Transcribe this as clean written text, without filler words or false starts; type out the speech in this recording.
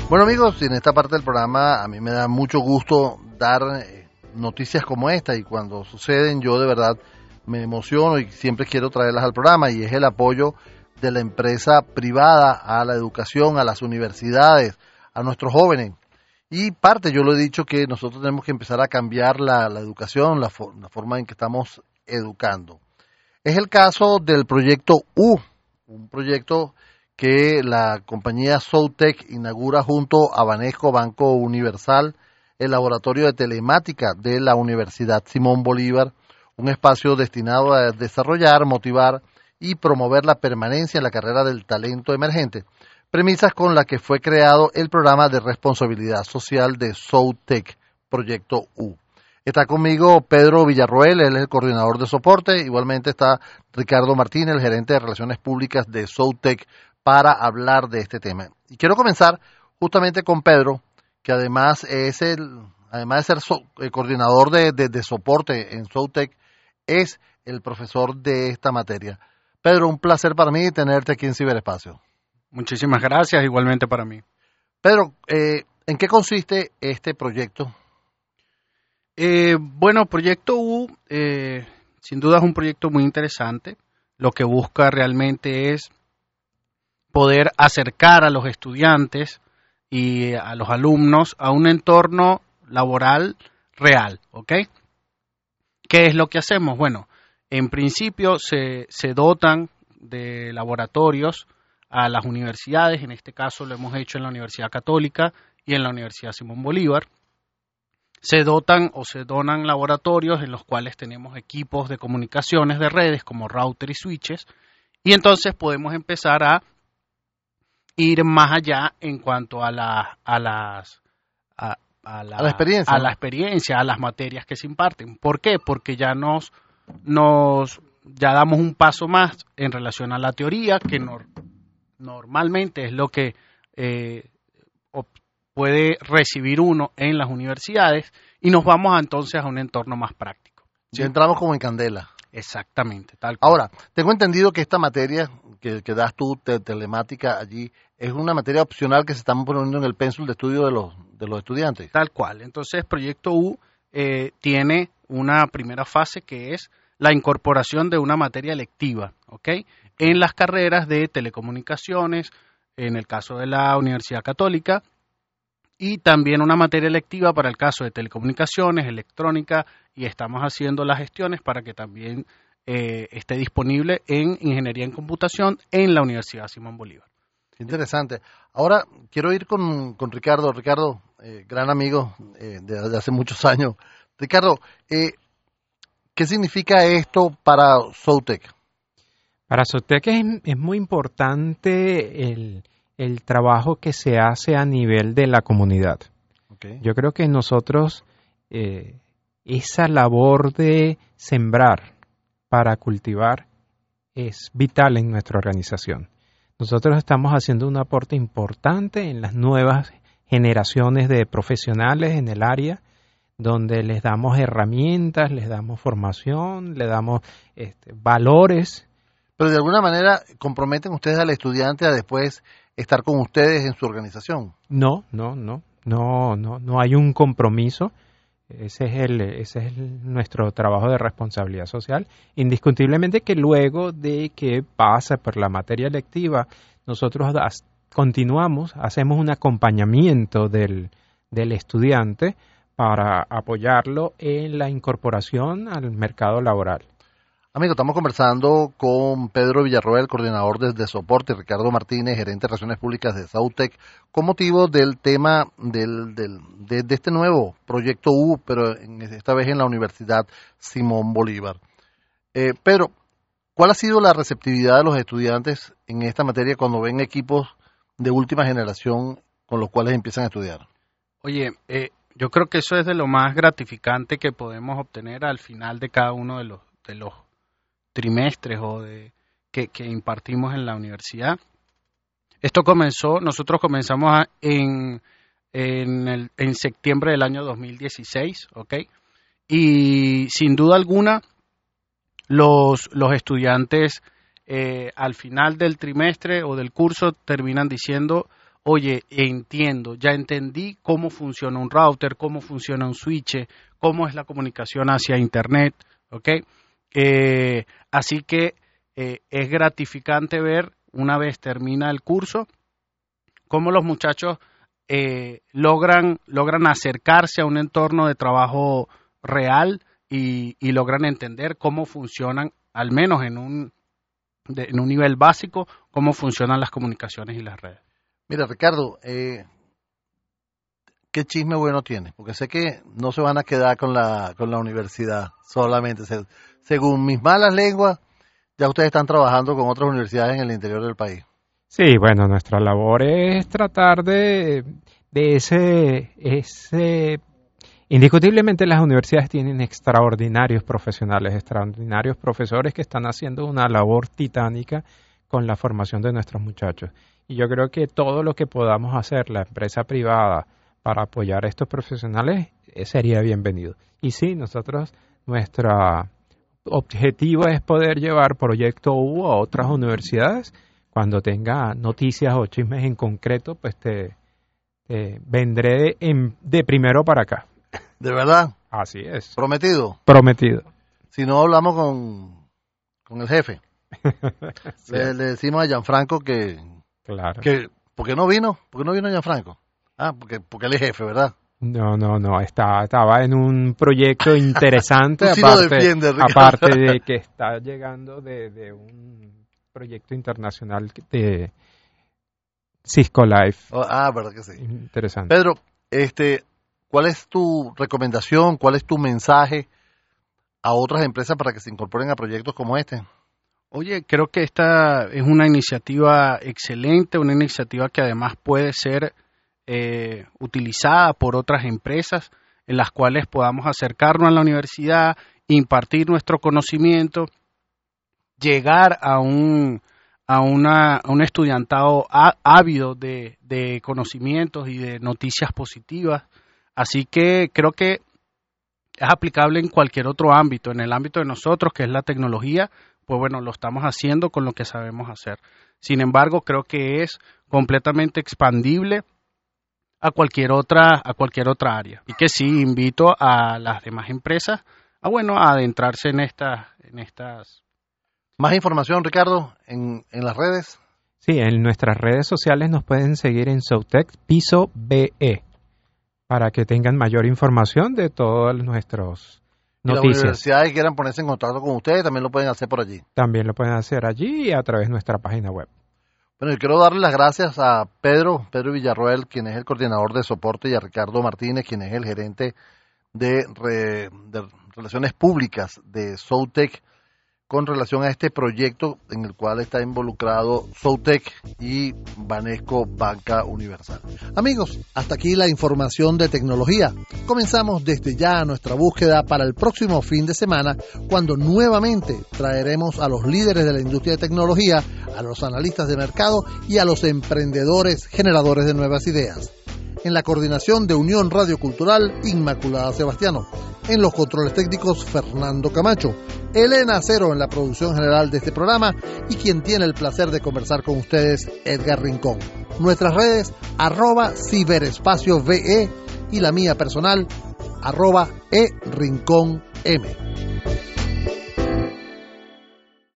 Bueno amigos, en esta parte del programa a mí me da mucho gusto dar noticias como esta y cuando suceden yo de verdad me emociono y siempre quiero traerlas al programa y es el apoyo de la empresa privada a la educación, a las universidades, a nuestros jóvenes. Y parte, yo lo he dicho, que nosotros tenemos que empezar a cambiar la educación, la forma en que estamos educando. Es el caso del proyecto U, un proyecto que la compañía Soutec inaugura junto a Banesco Banco Universal, el laboratorio de telemática de la Universidad Simón Bolívar, un espacio destinado a desarrollar, motivar y promover la permanencia en la carrera del talento emergente, premisas con las que fue creado el programa de responsabilidad social de Soutec, Proyecto U. Está conmigo Pedro Villarroel, él es el coordinador de soporte, igualmente está Ricardo Martínez, el gerente de relaciones públicas de Soutec, para hablar de este tema. Y quiero comenzar justamente con Pedro, que además es además de ser el coordinador de soporte en Soutec, es el profesor de esta materia. Pedro, un placer para mí tenerte aquí en Ciberespacio. Muchísimas gracias, igualmente para mí. Pedro, ¿en qué consiste este proyecto? Bueno, Proyecto U, sin duda es un proyecto muy interesante. Lo que busca realmente es poder acercar a los estudiantes y a los alumnos a un entorno laboral real, ¿ok? ¿Qué es lo que hacemos? Bueno, en principio se dotan de laboratorios a las universidades, en este caso lo hemos hecho en la Universidad Católica y en la Universidad Simón Bolívar. Se dotan o se donan laboratorios en los cuales tenemos equipos de comunicaciones de redes como router y switches, y entonces podemos empezar a ir más allá en cuanto a la experiencia, a la experiencia, a las materias que se imparten. ¿Por qué? Porque ya ya damos un paso más en relación a la teoría, que normalmente es lo que puede recibir uno en las universidades, y nos vamos entonces a un entorno más práctico. ¿Sí? Entramos como en candela. Exactamente, tal cual. Ahora, tengo entendido que esta materia que das tú, telemática allí, es una materia opcional que se está poniendo en el pénsul de estudio de los estudiantes. Tal cual. Entonces, Proyecto U tiene una primera fase que es la incorporación de una materia electiva, ¿ok? En las carreras de telecomunicaciones, en el caso de la Universidad Católica, y también una materia electiva para el caso de telecomunicaciones, electrónica, y estamos haciendo las gestiones para que también esté disponible en Ingeniería en Computación en la Universidad Simón Bolívar. Interesante. Ahora quiero ir con Ricardo. Ricardo, gran amigo de hace muchos años. Ricardo, ¿qué significa esto para Soutec? Para Soutec es muy importante el trabajo que se hace a nivel de la comunidad. Okay. Yo creo que nosotros esa labor de sembrar para cultivar es vital en nuestra organización. Nosotros estamos haciendo un aporte importante en las nuevas generaciones de profesionales en el área, donde les damos herramientas, les damos formación, les damos valores. Pero de alguna manera comprometen ustedes al estudiante a después estar con ustedes en su organización. No hay un compromiso. Ese es nuestro trabajo de responsabilidad social. Indiscutiblemente que luego de que pasa por la materia electiva, nosotros continuamos, hacemos un acompañamiento del estudiante para apoyarlo en la incorporación al mercado laboral. Amigo, estamos conversando con Pedro Villarroel, coordinador de soporte, y Ricardo Martínez, gerente de Relaciones Públicas de Soutec, con motivo del tema de este nuevo proyecto U, pero esta vez en la Universidad Simón Bolívar. Pedro, ¿cuál ha sido la receptividad de los estudiantes en esta materia cuando ven equipos de última generación con los cuales empiezan a estudiar? Oye, yo creo que eso es de lo más gratificante que podemos obtener al final de cada uno de los trimestres que impartimos en la universidad. Esto nosotros comenzamos en septiembre del año 2016, ¿ok? Y sin duda alguna, los estudiantes al final del trimestre o del curso terminan diciendo, oye, ya entendí cómo funciona un router, cómo funciona un switch, cómo es la comunicación hacia Internet, ¿ok? Así que es gratificante ver, una vez termina el curso, cómo los muchachos logran acercarse a un entorno de trabajo real y logran entender cómo funcionan, al menos en un nivel básico, cómo funcionan las comunicaciones y las redes. Mira, Ricardo, ¿qué chisme bueno tienes? Porque sé que no se van a quedar con la universidad solamente. Según mis malas lenguas, ya ustedes están trabajando con otras universidades en el interior del país. Sí, bueno, nuestra labor es tratar de ese... Indiscutiblemente las universidades tienen extraordinarios profesionales, extraordinarios profesores que están haciendo una labor titánica con la formación de nuestros muchachos. Y yo creo que todo lo que podamos hacer la empresa privada para apoyar a estos profesionales sería bienvenido. Y sí, nuestro objetivo es poder llevar Proyecto U a otras universidades. Cuando tenga noticias o chismes en concreto, pues te vendré de primero para acá. ¿De verdad? Así es. ¿Prometido? Prometido. Si no, hablamos con el jefe. Sí. Le decimos a Gianfranco Claro. ¿por qué no vino? ¿Por qué no vino Gianfranco? Ah, porque él es jefe, ¿verdad? No, estaba en un proyecto interesante, Tú sí lo defiendes, Ricardo. aparte de que está llegando de un proyecto internacional de Cisco Life. Verdad que sí. Interesante. Pedro, ¿cuál es tu recomendación? ¿Cuál es tu mensaje a otras empresas para que se incorporen a proyectos como este? Oye, creo que esta es una iniciativa excelente, una iniciativa que además puede ser utilizada por otras empresas en las cuales podamos acercarnos a la universidad, impartir nuestro conocimiento, llegar a un estudiantado ávido de conocimientos y de noticias positivas. Así que creo que es aplicable en cualquier otro ámbito. En el ámbito de nosotros, que es la tecnología, pues bueno, lo estamos haciendo con lo que sabemos hacer. Sin embargo, creo que es completamente expandible a cualquier otra área. Y que sí, invito a las demás empresas a adentrarse en estas. Más información, Ricardo, en las redes. Sí, en nuestras redes sociales nos pueden seguir en Soutec Piso BE para que tengan mayor información de todos nuestros noticias. Y las universidades que quieran ponerse en contacto con ustedes también lo pueden hacer por allí. También lo pueden hacer allí y a través de nuestra página web. Bueno, yo quiero darle las gracias a Pedro Villarroel, quien es el coordinador de soporte, y a Ricardo Martínez, quien es el gerente de Relaciones Públicas de Soutec, con relación a este proyecto en el cual está involucrado Soutec y Banesco Banca Universal. Amigos, hasta aquí la información de tecnología. Comenzamos desde ya nuestra búsqueda para el próximo fin de semana, cuando nuevamente traeremos a los líderes de la industria de tecnología, a los analistas de mercado y a los emprendedores generadores de nuevas ideas. En la coordinación de Unión Radio Cultural, Inmaculada Sebastiano. En los controles técnicos, Fernando Camacho. Elena Acero en la producción general de este programa y quien tiene el placer de conversar con ustedes, Edgar Rincón. Nuestras redes, @ciberespacioVE y la mía personal, @erincónm.